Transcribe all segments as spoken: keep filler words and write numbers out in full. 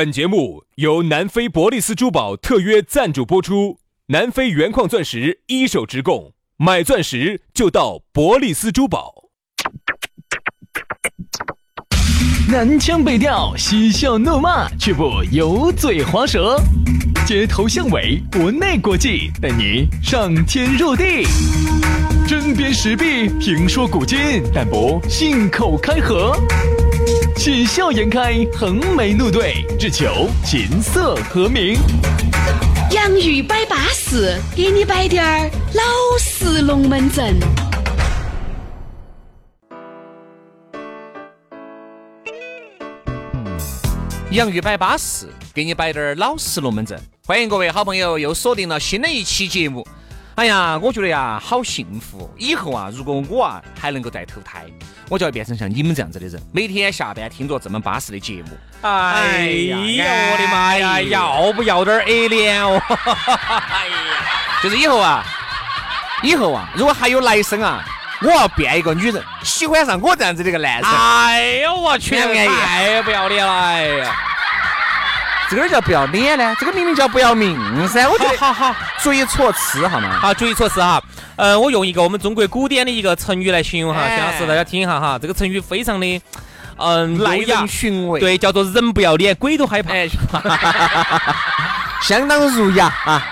本节目由南非伯利斯珠宝特约赞助播出，南非原矿钻石一手直供，买钻石就到伯利斯珠宝。 南腔北调，嬉笑怒骂，却不油嘴滑舌，街头巷尾，国内国际，带你上天入地。针砭时弊，评说古今，但不信口开河。喜笑颜开，横眉怒对，只求琴瑟和鸣。 洋芋摆巴士，给你摆点儿老式龙门阵。 洋芋摆巴士，给你摆点儿老实龙门阵。欢迎各位好朋友又锁定了新的一期节目。哎呀，我觉得呀，好幸福。以后啊，如果我啊还能够再投胎，我就要变成像你们这样子的人，每天下班听着这么巴适的节目。 哎呀，我的妈呀，要不要点 A 脸哦？ 哎呀，就是以后啊，以后啊，如果还有来生啊，我要变一个女人，喜欢上我这样子的一个男人。 哎呦我去，太不要脸了！哎呀， 这个叫不要脸呢，这个明明叫不要命噻。我觉得好好好， 注意措辞好吗？ 好，注意措辞哈。呃，我用一个我们中国古典的一个成语来形容哈，姜老师大家听一下哈。这个成语非常的嗯耐人寻味， 对，叫做人不要脸，鬼都害怕， 哎、相当儒雅啊。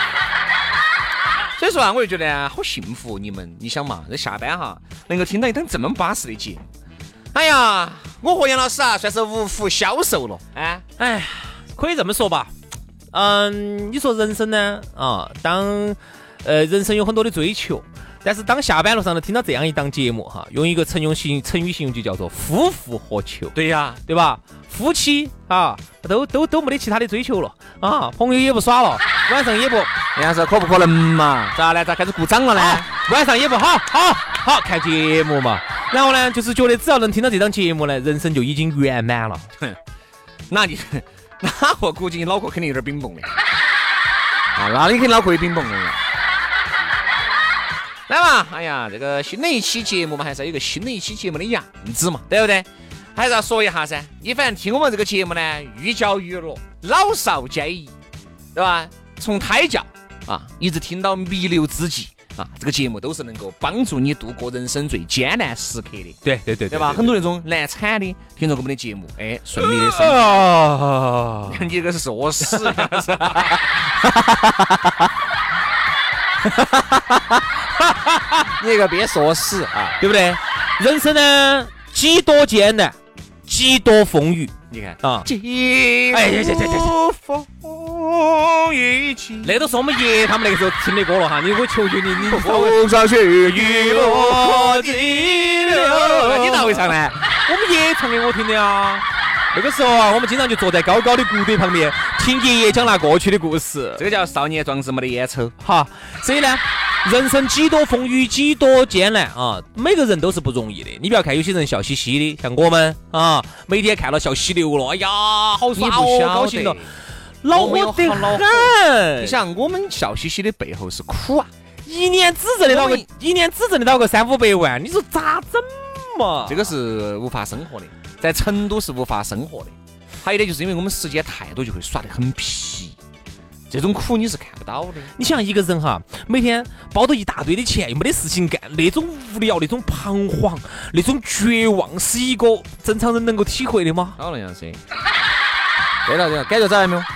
所以说啊，我就觉得啊，好幸福你们。你想嘛，这下班哈，能够听到一档这么巴适的节目。哎呀，我和杨老师啊，算是无福消受了。哎哎，可以这么说吧。嗯，你说人生呢啊，当呃人生有很多的追求，但是当下班路上呢听到这样一档节目哈，用一个成语形成语形容就叫做夫复何求。 对呀， 对吧？夫妻啊，都都都没得其他的追求了啊，朋友也不耍了，晚上也不， 人家说可不可能嘛？咋呢？咋开始鼓掌了呢？ 啊、晚上也不好好好看节目嘛。然后呢，就是觉得只要能听到这档节目呢，人生就已经圆满了。 哼，那你那我估计你脑壳肯定有点冰崩的啊，那你肯定脑壳有冰崩的。来嘛，哎呀，这个新的一期节目嘛，还是要有一个新的一期节目的样子嘛，对不对？还是要说一下噻，你反正听我们这个节目呢，寓教于乐，老少皆宜，对吧？从胎教啊，一直听到弥留之际啊，这个节目都是能够帮助你度过人生最艰难时刻的。 对对对， 对吧？很多那种难产的，听着我们的节目，哎，顺利的生活。 你这个是说死。你这个别说死啊， 对不对？人生呢，几多艰难，几多风雨。 你看啊， 几哎呀呀呀呀， 风雨起， 那都是我们爷他们那个时候听的歌了哈。你我求求你，你风霜雪雨落激流，你咋会唱呢？ 我们爷唱给我听的啊。那个时候啊，我们经常就坐在高高的谷堆旁边，听爷爷讲那过去的故事。 这个叫少年壮志没得烟抽哈。所以呢，人生几多风雨，几多艰难啊！每个人都是不容易的。你不要看有些人笑嘻嘻的，像我们啊，每天看到笑嘻溜了，哎呀，好爽哦，高兴了，恼火得很。 你想，我们笑嘻嘻的背后是苦啊， 一年只挣得到个一年只挣得到个三五百万，你说咋整嘛？ 这个是无法生活的，在成都是无法生活的。还有一点就是因为我们时间太多，就会耍得很皮。这种苦你是看不到的。 你想一个人哈，每天包着一大堆的钱，又没得事情干，那种无聊、那种彷徨、那种绝望，是一个正常人能够体会的吗？ 当然要噻。对了对了，感觉找完没有？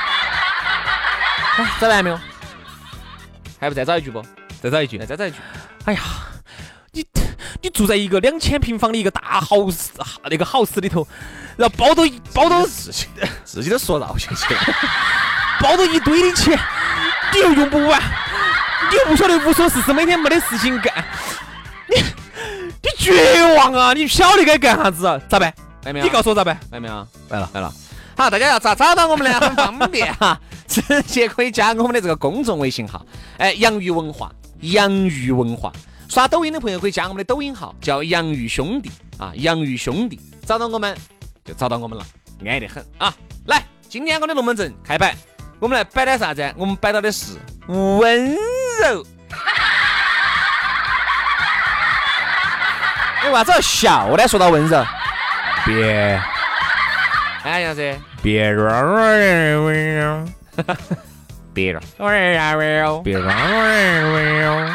哎，找完没有？还不再找一句不？ 再找一句， 再找一句。 哎呀，你你住在一个两千平方的一个大 house 那个 house 里头，然后包着包着自己自己都说绕进去了。 包着一堆的钱，你又用不完，你又不晓得无所事事，每天没得事情干，你你绝望啊！你不晓得该干啥子啊？咋办？ 来没有？ 你告诉我咋办？ 来没有？ 来了来了。好，大家要咋找到我们呢？很方便哈，直接可以加我们的这个公众微信号，哎，洋芋文化，洋芋文化。刷抖音的朋友可以加我们的抖音号，叫洋芋兄弟啊，洋芋兄弟，找到我们就找到我们了，爱得很啊！来，今天我的龙门阵开摆。我们来摆点啥子？我们摆到的是温柔。你为啥子要笑呢？说到温柔， 别哎，杨子， 别让我温柔， 别了。 别让我温柔。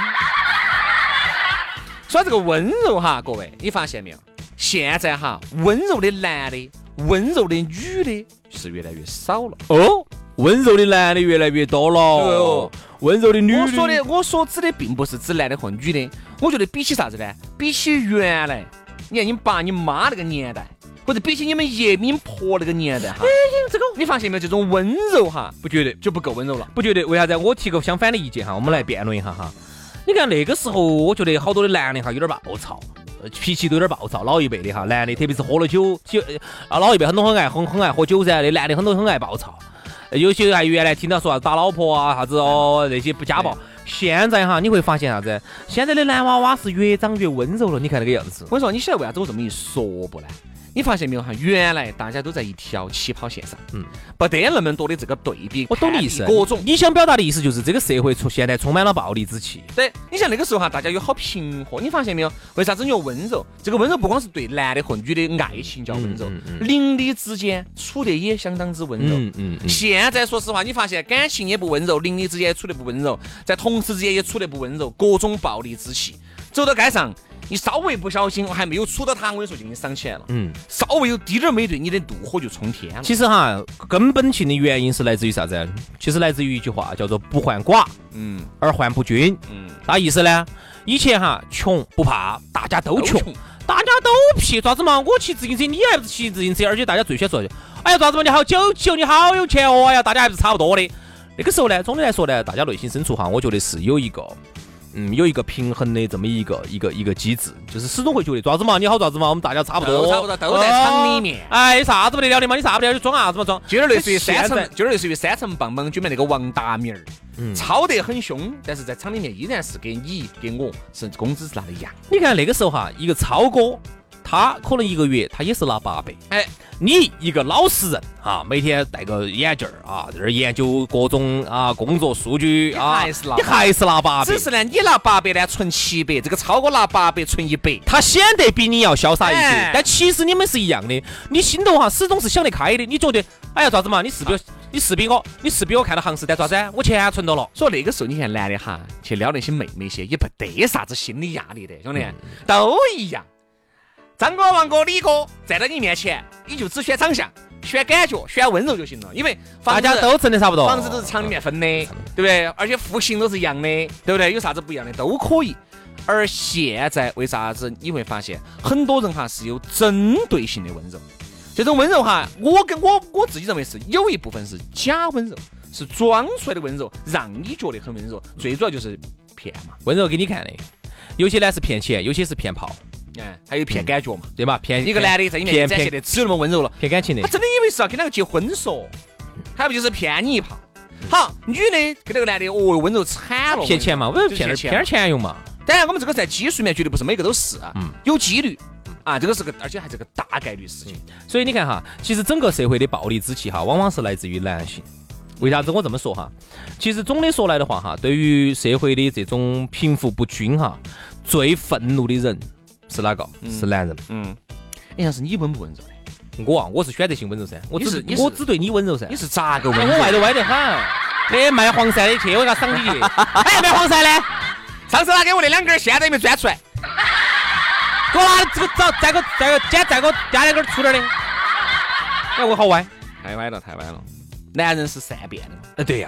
说这个温柔哈，各位，你发现没有？现在哈，温柔的男的、温柔的女的是越来越少了。 哦，温柔的男的越来越多了。 哦， 温柔的女的。 我说的，我所指的并不是指男的和女的，我觉得比起啥子呢？比起原来，你看你爸你妈那个年代，或者比起你们爷你们婆那个年代哈，这个你发现没有？这种温柔哈， 不觉得就不够温柔了。 不觉得？为啥子？我提个相反的意见哈，我们来辩论一下哈。你看那个时候，我觉得好多的男的哈有点暴躁，脾气都有点暴躁。老一辈的哈，男的特别是喝了酒，酒啊，老一辈很多很爱很很爱喝酒噻，那男的很多很爱暴躁。有些还原来听到说打老婆啊啥子哦，那些不家暴。现在哈你会发现啥子？现在的男娃娃是越长越温柔了。你看那个样子。 我说你晓得为啥子我这么一说不呢？你发现没有哈？原来大家都在一条起跑线上，嗯，不得那么多的这个对比。 我懂你意思， 各种。 你想表达的意思就是这个社会出现在充满了暴力之气。 对，你像那个时候哈，大家有好平和。你发现没有？为啥子你说温柔？这个温柔不光是对男的和女的爱情叫温柔，嗯嗯嗯、邻里之间处的也相当之温柔。嗯嗯嗯、现在说实话，你发现感情也不温柔，邻里之间也处得不温柔，在同事之间也处得不温柔，各种暴力之气，走到街上。你稍微不小心，我还没有触到他，我跟你说就给你赏起来了。嗯，稍微有滴点没对，你的怒火就冲天了。 其实哈，根本性的原因是来自于啥子？其实来自于一句话，叫做不患寡，嗯，而患不均。嗯，啥意思呢？以前哈，穷不怕，大家都穷，大家都屁，爪子嘛？我骑自行车，你还不是骑自行车？而且大家最先说，哎呀，爪子嘛？你好九九，你好有钱哦！哎呀，大家还不是差不多的。那个时候呢，总的来说呢，大家内心深处哈，我觉得是有一个。嗯，有一个平衡的这么一个一个一个机制，就是始终会觉得爪子嘛，你好爪子嘛，我们大家差不多， 都差不多，都在厂里面。 哦、哎，啥子不得了的嘛？你啥不得了就装啥子嘛装？ 就有点类似于三层，就有点类似于三层棒棒里面那个王大明儿，嗯，操得很凶，但是在厂里面依然是给你给我是工资是拿的一样。 你看那个时候哈，一个超哥，他可能一个月他也是拿八百，哎。你一个老实人啊，每天戴个眼镜啊，在这儿研究各种啊工作数据啊， 还是拿你还是拿八百， 只是呢，你拿八百呢存七百，这个超哥拿八百存一百， 他显得比你要潇洒一些，哎、但其实你们是一样的，你心头哈始终是想得开的，你觉得哎呀咋子嘛，你是比我，你是比我，你是比我看到行势，但咋子？我钱存到了。 所以那个时候你看男的哈，去撩那些妹妹些，也不得啥子心理压力的，兄弟，嗯、都一样。张哥、王哥、李哥站在你面前，你就只选长相、选感觉、选温柔就行了，因为大家都挣得差不多， 房子都是厂里面分的，对不对？而且户型都是一样的，对不对？有啥子不一样的都可以。而现在为啥子你会发现很多人哈是有针对性的温柔？这种温柔哈，我跟我我自己认为是有一部分是假温柔，是装出来的温柔，让你觉得很温柔。最主要就是骗嘛， 温柔给你看的，有些呢是骗钱，有些是骗炮。 哎，还有骗感觉嘛， 对吧？骗一个男的在你面前展现的只有那么温柔了， 骗感情的。 他真的以为是要跟那个结婚说，还不就是骗你一炮？好，女的跟那个男的哦温柔惨了， 骗钱嘛，我骗点骗点钱用嘛。 当然，我们这个在基数里面绝对不是每个都是，嗯，有几率啊，这个是个，而且还是个大概率事情。 所以你看哈，其实整个社会的暴力之气哈，往往是来自于男性。为啥子我这么说哈？其实总的说来的话哈，对于社会的这种贫富不均哈，最愤怒的人。是哪个？嗯、是男人。嗯， 你像是你温不温柔的？ 我啊，我是选择性温柔噻。我只我只对你温柔噻。 你是咋个温柔？ 我外头歪得很。那卖黄鳝的去，我给他赏你去。哎，卖黄鳝的， 上次拿给我那两根，现在也没钻出来。 给我拿这个找再个再个再再给我加两根粗点的。哎，我好歪， 太歪了，太歪了。男人是善变的。 呃，对呀、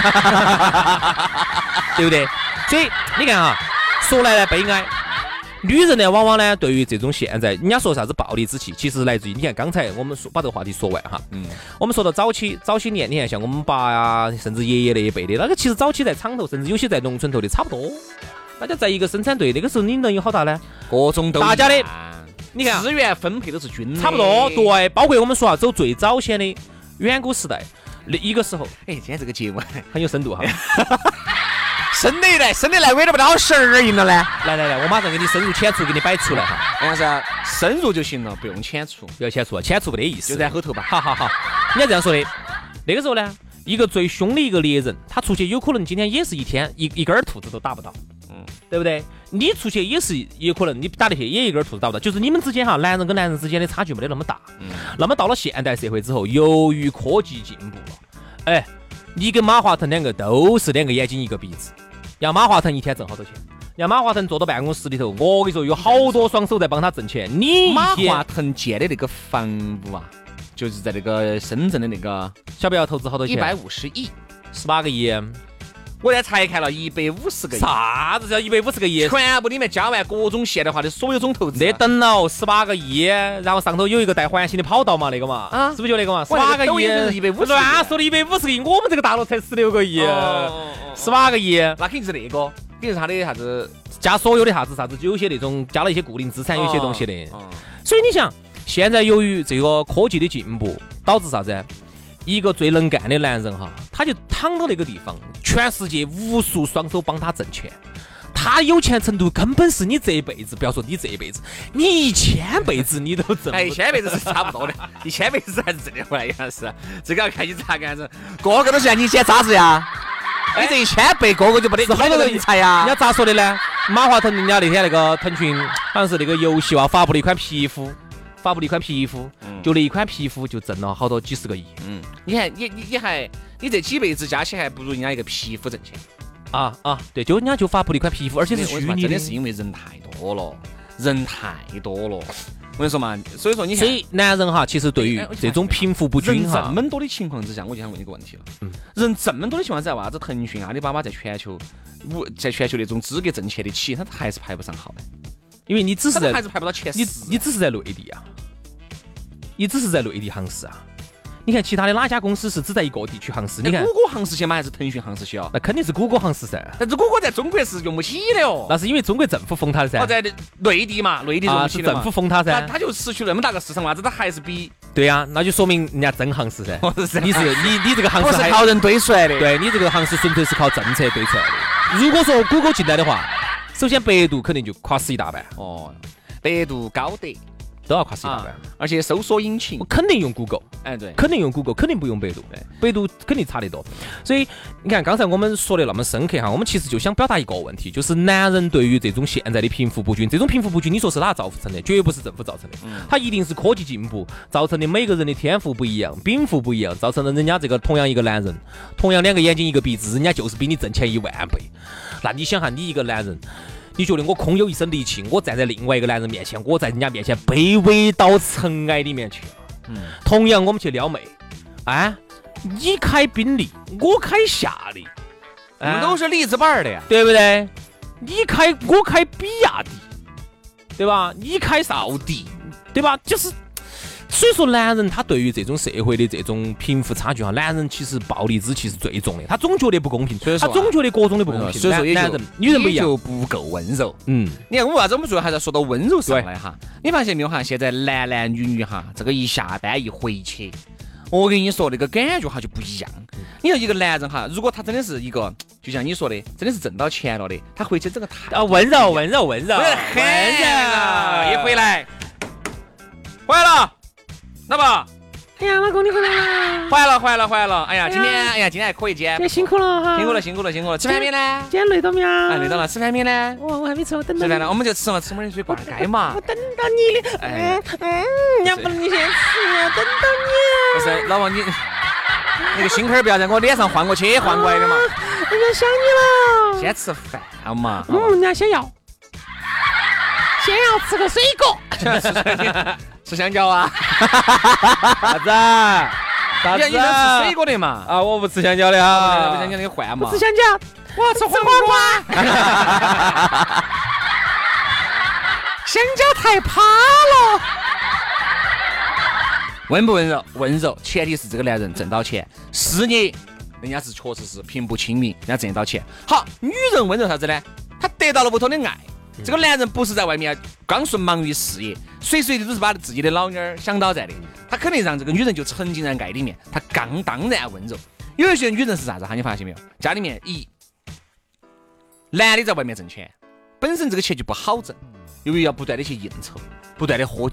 啊，对不对？所以你看啊，说来呢悲哀。女人呢，往往呢，对于这种现在人家说啥子暴力之气，其实来自于你看刚才我们说把这个话题说完哈，嗯，我们说到早期早些年，你看像我们爸呀，甚至爷爷那一辈的，那个其实早期在厂头，甚至有些在农村头的差不多，大家在一个生产队，那个时候你能有好大呢？ 各种都大家的，你看资源分配都是均， 差不多，对，包括我们说啊，走最早先的远古时代，那一个时候， 哎，今天这个节目很有深度哈。 深的来，深的来，围着不到十二赢了呢。 来来来，我马上给你深入浅出给你摆出来哈。 但是深入就行了，不用浅出， 不要浅出，浅出没得意思， 就在后头吧。 好好好，你要这样说的。那个时候呢，一个最凶的一个猎人，他出去有可能今天也是一天一一根兔子都打不到。嗯， 对不对？你出去也是也可能你打得去也一根兔子打不到，就是你们之间哈，男人跟男人之间的差距没得那么大。嗯。那么到了现代社会之后，由于科技进步了，哎，你跟马化腾两个都是两个眼睛一个鼻子，让马化腾一天挣好多钱？让马化腾坐到办公室里头，我跟你说，有好多双手在帮他挣钱。你马化腾建的那个房屋啊，就是在那个深圳的那个， 晓不要投资好多钱？ 一百五十亿， 十八个亿。 我才才看了一百五十个亿， 啥子叫一百五十个亿？ 全部里面加完各种现代化的所有种投资， 那等了十八个亿，然后上头有一个带环形的跑道嘛，那个嘛，啊，是不是就那个嘛？十八个亿， 一百五十， 乱说的一百五十个亿，我们这个大陆才十六个亿，十八个亿， 那肯定是那个，肯定是他的啥子加所有的啥子啥子，有些那种加了一些固定资产，有些东西的。所以你想，现在由于这个科技的进步，导致啥子？一个最能干的男人哈，他就躺到那个地方，全世界无数双手帮他挣钱，他有钱程度根本是你这辈子，不要说你这一辈子，你一千辈子你都挣不到。 哎，一千辈子是差不多的，一千辈子还是挣得回来，杨老师，这个要看你咋个样子，个个都像你捡渣子呀。你这一千倍，个个就不得好多人才呀。 人家咋说的呢？马化腾人家那天那个腾讯好像是那个游戏哇，发布了一款皮肤。发布了一款皮肤，嗯、就那一款皮肤就挣了好多几十个亿。 嗯，你看你你你还你这几辈子加起来还不如人家一个皮肤挣钱啊啊！对，就人家就发布了一款皮肤，而且是虚拟的。 真的是因为人太多了，人太多了。我跟你说嘛，所以说你看， 所以男人哈，其实对于这种贫富不均哈， 人这么多的情况之下，我就想问你个问题了。嗯，人这么多的情况之下，为啥子腾讯、阿里巴巴在全球无在全球那种资格挣钱的企业，它还是排不上号的？ 因为你只是在还是排不到前十， 你你只是在内地啊。你只是在内地行事啊？你看其他的哪家公司是只在一个地区行事？你看谷歌行事些吗？还是腾讯行事些哦？ 那肯定是谷歌行事噻。 但是谷歌在中国是用不起的哦。 那是因为中国政府封它的噻。 哦，在内地嘛，内地用不起的嘛。 政府封它噻。 它就失去那么大个市场，为啥子它还是比？ 对呀、啊，那就说明人家真行事噻。你是你你这个行事不是靠人堆出来的。 对你这个行事纯粹是靠政策堆出来的。如果说谷歌进来的话，首先百度肯定就垮死一大半。 哦，百度、高德。 都要垮死一大半、啊， 而且搜索引擎我肯定用 Google， 哎对， 肯定用 Google， 肯定不用百度，百度肯定差得多。所以你看，刚才我们说的那么深刻哈，我们其实就想表达一个问题，就是男人对于这种现在的贫富不均，这种贫富不均，你说是哪造成的？绝不是政府造成的，嗯、它一定是科技进步造成的，每个人的天赋不一样，禀赋不一样，造成了人家这个同样一个男人，同样两个眼睛一个鼻子，人家就是比你挣钱一万倍。那你想哈，你一个男人。你觉得我空有一身力气，我站在另外一个男人面前，我在人家面前卑微到尘埃里面去。嗯，同样我们去撩妹，啊，你开宾利，我开夏利， 我们都是利字辈的呀， 对不对？你开我开比亚迪，对吧？你开奥迪，对吧？就是。所以说，男人他对于这种社会的这种贫富差距哈，男人其实暴力之气是最重的，他总觉得不公平，他总觉得各种的不公平。 所以说， 男人女人不一样， 就不够温柔。 嗯， 你看我为啥子我们最后还是要说到温柔上来哈？你发现没有哈？现在男男女女哈，这个一下班一回去，我跟你说那个感觉哈就不一样。你说一个男人哈，如果他真的是一个，就像你说的，真的是挣到钱了的，他回去整个太啊温柔温柔温柔温柔，一回来，回来了。老婆， 哎呀，老公你回来了， 回来了，回来了，回来了。哎呀，今天，哎呀，今天还可以，今天今天辛苦了哈， 辛苦了，辛苦了，辛苦了。吃饭没呢？ 今天累到没有？ 哎，累到了。吃饭没呢？ 我我还没吃，我等到。 吃饭了，我们就吃嘛，吃点水灌溉嘛。 我等到你的，嗯嗯，要不你先吃，等到你。 不是，老王你那个心坎儿不要在我脸上换过去换过来的嘛。 人家想你了。 先吃饭嘛。 嗯，人家先要，先要吃个水果。 吃香蕉啊？ 啥子？啥子？ 你能吃水果的嘛？ 啊，我不吃香蕉的哈， 不香蕉你换嘛。 吃香蕉，我吃黄瓜。香蕉太趴了。 温不温柔？温柔，前提是这个男人挣到钱，事业人家是确实是平步青云，人家挣到钱。好，女人温柔啥子呢？她得到了屋头的爱。这个男人不是在外面光顺忙于事业，随随地都是把自己的老妞想到在的，他肯定让这个女人就沉浸在爱里面，他刚当然温柔。有一些女人是啥子哈？你发现没有？家里面一男的在外面挣钱，本身这个钱就不好挣，由于要不断的去应酬，不断的喝酒，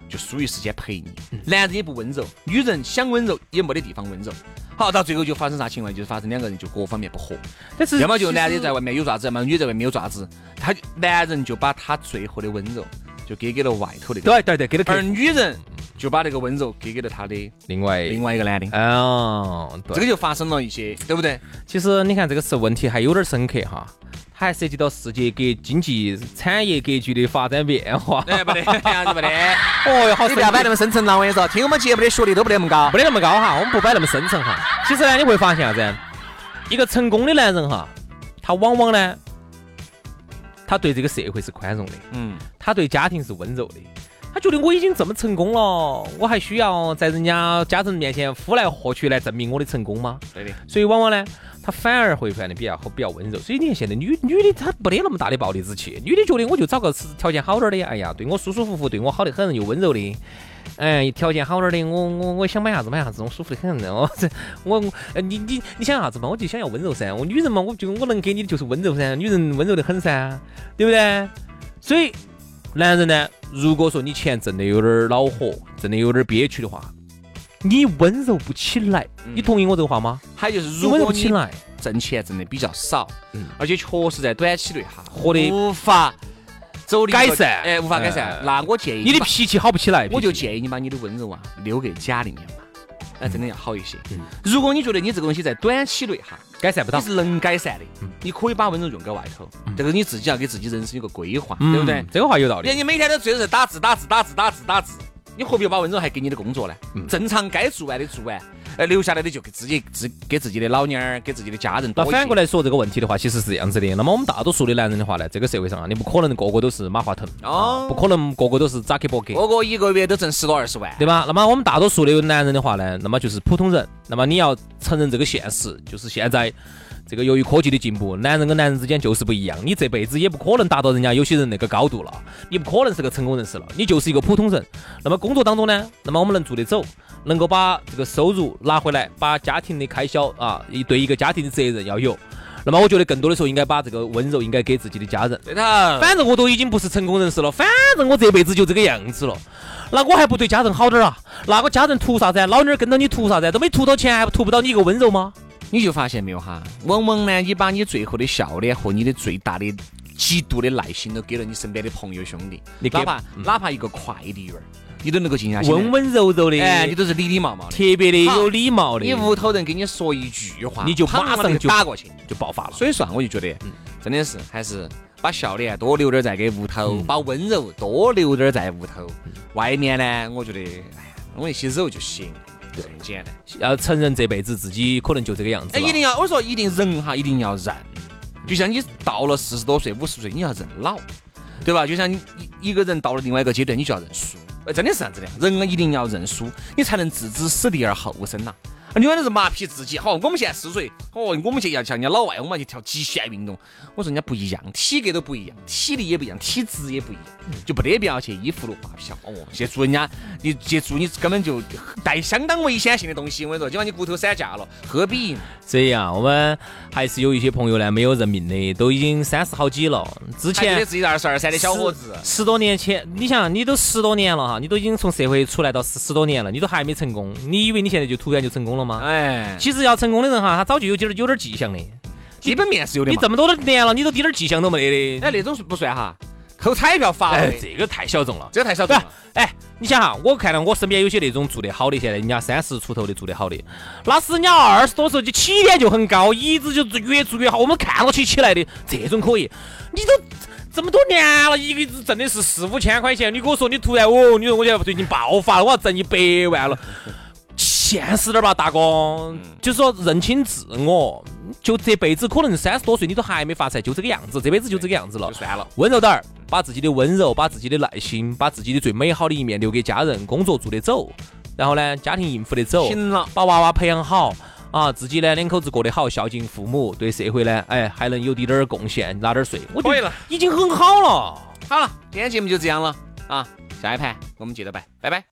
就疏于时间陪你。男人也不温柔，女人想温柔也没得地方温柔。好，到最后就发生啥情况？就是发生两个人就各方面不和。 但是要么就男的在外面有爪子，要么女的在外面有爪子。他男人就把他最后的温柔就给给了外头那个， 对对对，给了， 而女人就把那个温柔给给了他的另外另外一个男的。 哦，对， 这个就发生了一些，对不对？ 其实你看这个是问题还有点深刻哈，它还涉及到世界格经济产业格局的发展变化。 哎，不得，这样子不得。 哦哟，好， 你不要摆那么深层了，我跟你说，听我们节目的学历都不得那么高， 不得那么高哈，我们不摆那么深层哈。其实呢，你会发现啥子？一个成功的男人哈，他往往呢，他对这个社会是宽容的， 嗯， 他对家庭是温柔的。他觉得我已经这么成功了，我还需要在人家家人面前呼来喝去来证明我的成功吗？ 对的。 所以往往呢，他反而会变得比较好，比较温柔。所以你看现在女女的她没得那么大的暴力之气，女的觉得我就找个条件好点的，哎呀，对我舒舒服服，对我好得很，又温柔的。哎，条件好点的，我我我想买啥子买啥子，我舒服得很。我我你你你想啥子嘛？我就想要温柔噻。我女人嘛，我就我能给你的就是温柔噻，女人温柔得很噻，对不对？所以男人呢，如果说你钱挣得有点恼火，挣得有点憋屈的话，你温柔不起来， 嗯、 你同意我这个话吗？ 还有就是，如果你来挣钱挣得比较少， 嗯， 而且确实在短期内哈， 活得无法走改善， 哎，无法改善，那我建议你的脾气好不起来， 我就建议你把你的温柔啊留给家里面嘛，那真的要好一些。 嗯、 如果你觉得你这个东西在短期内哈改善不到， 你是能改善的， 嗯、 你可以把温柔用在外头，嗯、这个你自己要给自己人生有个规划， 嗯、 对不对？ 这个话有道理。 你每天都追着打字打字打字打字打字，你何必把温柔还给你的工作呢？嗯、正常该做完的做完。呃，留下来的就给自己自给自己的老娘儿，给自己的家人多一些。 那反过来说这个问题的话，其实是这样子的。那么我们大多数的男人的话呢，这个社会上啊，你不可能个个都是马化腾，哦，不可能个个都是扎克伯格， 个个一个月都挣十多二十万， 对吧？那么我们大多数的男人的话呢，那么就是普通人。那么你要承认这个现实，就是现在这个由于科技的进步，男人跟男人之间就是不一样。你这辈子也不可能达到人家有些人那个高度了，你不可能是个成功人士了，你就是一个普通人。那么工作当中呢，那么我们能做得走，能够把这个收入拿回来，把家庭的开销啊，对一个家庭的责任要有。那么我觉得更多的时候应该把这个温柔应该给自己的家人。 对的， 反正我都已经不是成功人士了，反正我这辈子就这个样子了，那我还不对家人好点啊？那个家人图啥子？老娘跟到你图啥子？都没图到钱，还图不到你一个温柔吗？ 你就发现没有哈？往往呢，你把你最后的笑脸和你的最大的极度的耐心都给了你身边的朋友兄弟，你哪怕、嗯、哪怕一个快递员，你都能够静下心， 温温柔柔的， 哎，你都是礼礼貌貌的， 特别的有礼貌的。 你屋头人给你说一句话， 你就马上就打过去， 就爆发了。 所以说，我就觉得，嗯、真的是还是把笑脸多留点在给屋头，嗯、把温柔多留点在屋头。嗯、外面呢，我觉得，哎呀，弄一些肉就行。这么简单， 要承认这辈子自己可能就这个样子。 哎，一定要，我说一定人哈，一定要认。就像你到了四十多岁、五十岁，你要认老，对吧？就像你一个人到了另外一个阶段，你就要认输。哎，真的是这样子的，人啊一定要认输，你才能置之死地而后生呐。另外的是麻痹自己，好，我们现在四十岁，哦，我们去要像人家老外，我们要去跳极限运动。我说人家不一样，体格都不一样，体力也不一样，体质也不一样，就不得必要去依附了画皮哦，去做人家，你去做你根本就带相当危险性的东西。我跟你说，就把你骨头散架了，何必？ 所以啊，我们还是有一些朋友呢没有认命的，都已经三十好几了。之前还觉得自己二十二三的小伙子， 十多年前，你想，你都十多年了哈，你都已经从社会出来到十十多年了，你都还没成功，你以为你现在就突然就成功了吗？ 哎， 其实要成功的人哈，他早就有点有点迹象的， 基本面是有的。 你这么多的年了，你都一点迹象都没得的。 哎，那种不算哈，扣彩票发的、 哎，这个太小众了， 这个太小众了。 哎，你想哈，我看到我身边有些那种做得好的，现在人家三十出头的做得好的，那是人家二十多岁就起点就很高，一直就越做越好，我们看到起起来的这种可以。你都这么多年了，一个月挣的是四五千块钱，你跟我说你突然哦，你说我现在最近爆发了，我要挣一百万了。现实点吧，大哥，嗯、就是说认清自我，就这辈子可能三十多岁你都还没发财，就这个样子，这辈子就这个样子了， 就算了。 温柔点儿，把自己的温柔，把自己的耐心，把自己的最美好的一面留给家人，工作做得走，然后呢，家庭应付得走， 行了， 把娃娃培养好啊，自己呢两口子过得好，孝敬父母，对社会呢，哎，还能有滴点儿贡献，拿点税，我觉得已经很好了。 好了，今天节目就这样了啊，下一盘我们接着拜，拜拜。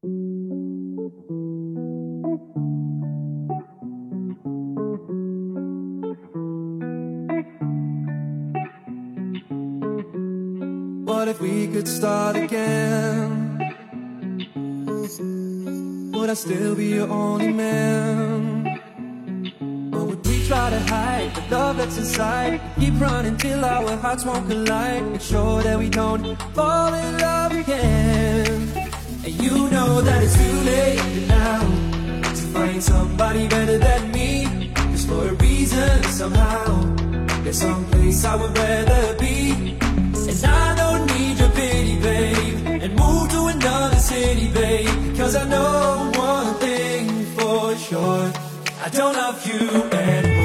What if we could start again? would I still be your only man? Or would we try to hide the love that's inside? Keep running till our hearts won't collide. Make sure that we don't fall in love again. And you know that it's too late now to find somebody better than me. Just for a reason somehow, there's some place I would rather be. And I don't need your pity, babe, and move to another city, babe. Cause I know one thing for sure, I don't love you anymore.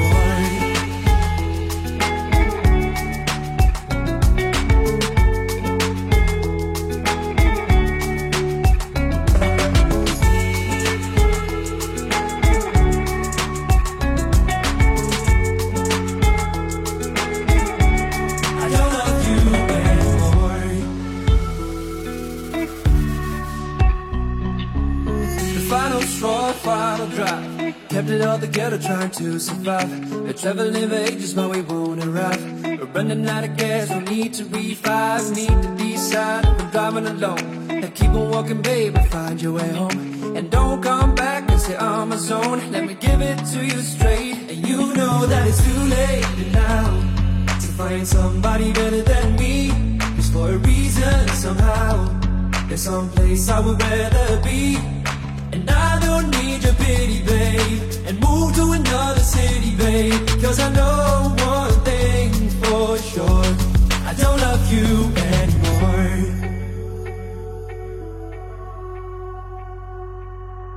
Final drop, kept it all together trying to survive. We're traveling for ages but we won't arrive. We're running out of gas, no need to revive. Need to decide if we're driving alone. Now keep on walking babe and find your way home. And don't come back and say I'm a zone. Let me give it to you straight. And you know that it's too late now to find somebody better than me. Just for a reason somehow, there's some place I would rather be. And I don't need your pity, babe, and move to another city, babe. Cause I know one thing for sure, I don't love you anymore.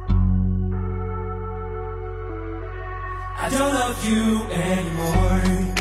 I don't love you anymore.